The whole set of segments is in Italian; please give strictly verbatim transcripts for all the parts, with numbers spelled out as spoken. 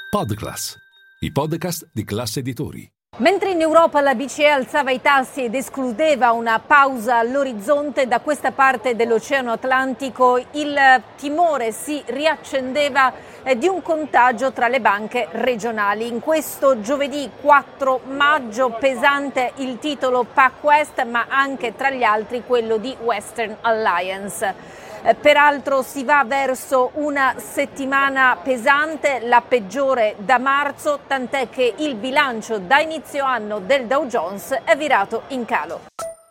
Podclass, i podcast di Class Editori. Mentre in Europa la B C E alzava i tassi ed escludeva una pausa all'orizzonte, da questa parte dell'Oceano Atlantico il timore si riaccendeva di un contagio tra le banche regionali. In questo giovedì quattro maggio pesante il titolo PacWest, ma anche tra gli altri quello di Western Alliance. Peraltro si va verso una settimana pesante, la peggiore da marzo, tant'è che il bilancio da inizio anno del Dow Jones è virato in calo.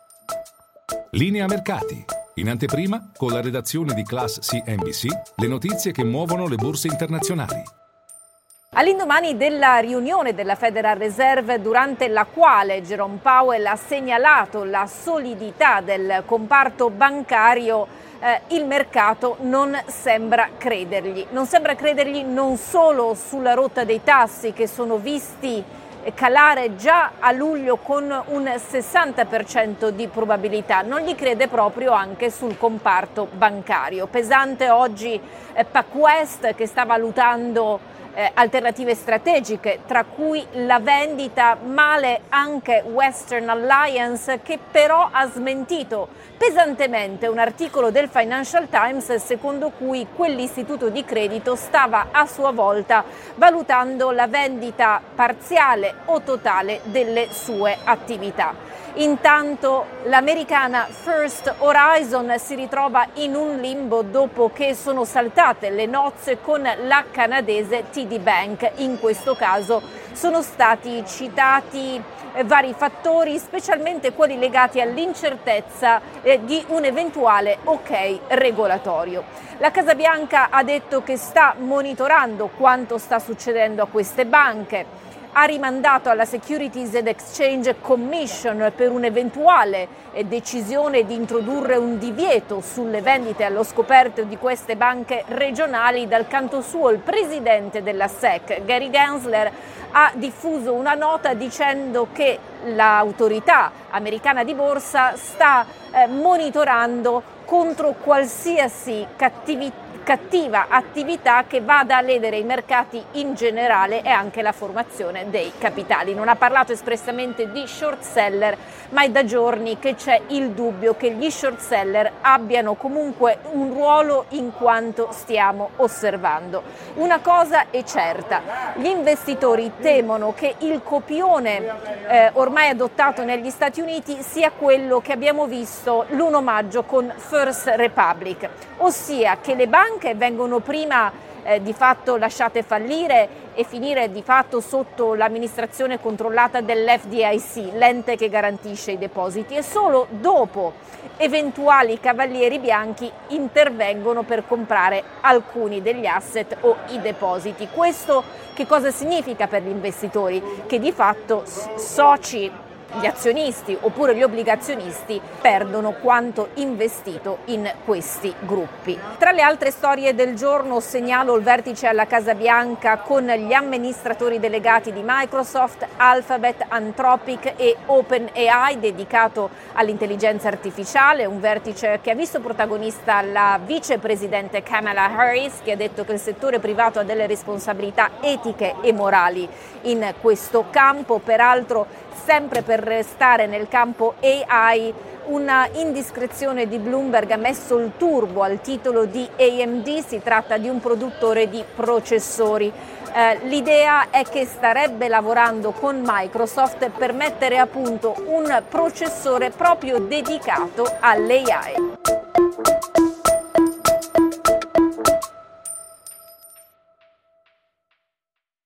Linea mercati. In anteprima, con la redazione di Class C N B C, le notizie che muovono le borse internazionali. All'indomani della riunione della Federal Reserve, durante la quale Jerome Powell ha segnalato la solidità del comparto bancario, eh, il mercato non sembra credergli. Non sembra credergli non solo sulla rotta dei tassi, che sono visti calare già a luglio con un sessanta per cento di probabilità, non gli crede proprio anche sul comparto bancario. Pesante oggi eh, PacWest, che sta valutando Eh, alternative strategiche, tra cui la vendita, male anche Western Alliance, che però ha smentito pesantemente un articolo del Financial Times secondo cui quell'istituto di credito stava a sua volta valutando la vendita parziale o totale delle sue attività. Intanto l'americana First Horizon si ritrova in un limbo dopo che sono saltate le nozze con la canadese T D Bank. In questo caso sono stati citati vari fattori, specialmente quelli legati all'incertezza eh, di un eventuale ok regolatorio. La Casa Bianca ha detto che sta monitorando quanto sta succedendo a queste banche. Ha rimandato alla Securities and Exchange Commission per un'eventuale decisione di introdurre un divieto sulle vendite allo scoperto di queste banche regionali. Dal canto suo il presidente della S E C, Gary Gensler, ha diffuso una nota dicendo che l'autorità americana di borsa sta eh, monitorando contro qualsiasi cattività cattiva attività che vada a ledere i mercati in generale e anche la formazione dei capitali. Non ha parlato espressamente di short seller, ma è da giorni che c'è il dubbio che gli short seller abbiano comunque un ruolo in quanto stiamo osservando. Una cosa è certa, gli investitori temono che il copione eh, ormai adottato negli Stati Uniti sia quello che abbiamo visto l'primo maggio con First Republic, ossia che le banche vengono prima eh, di fatto lasciate fallire e finire di fatto sotto l'amministrazione controllata dell'F D I C, l'ente che garantisce i depositi, e solo dopo eventuali cavalieri bianchi intervengono per comprare alcuni degli asset o i depositi. Questo che cosa significa per gli investitori? Che di fatto soci, gli azionisti oppure gli obbligazionisti perdono quanto investito in questi gruppi. Tra le altre storie del giorno segnalo il vertice alla Casa Bianca con gli amministratori delegati di Microsoft, Alphabet, Anthropic e OpenAI dedicato all'intelligenza artificiale, un vertice che ha visto protagonista la vicepresidente Kamala Harris, che ha detto che il settore privato ha delle responsabilità etiche e morali in questo campo. Peraltro, sempre per restare nel campo A I, una indiscrezione di Bloomberg ha messo il turbo al titolo di A M D, si tratta di un produttore di processori. Eh, l'idea è che starebbe lavorando con Microsoft per mettere a punto un processore proprio dedicato all'A I.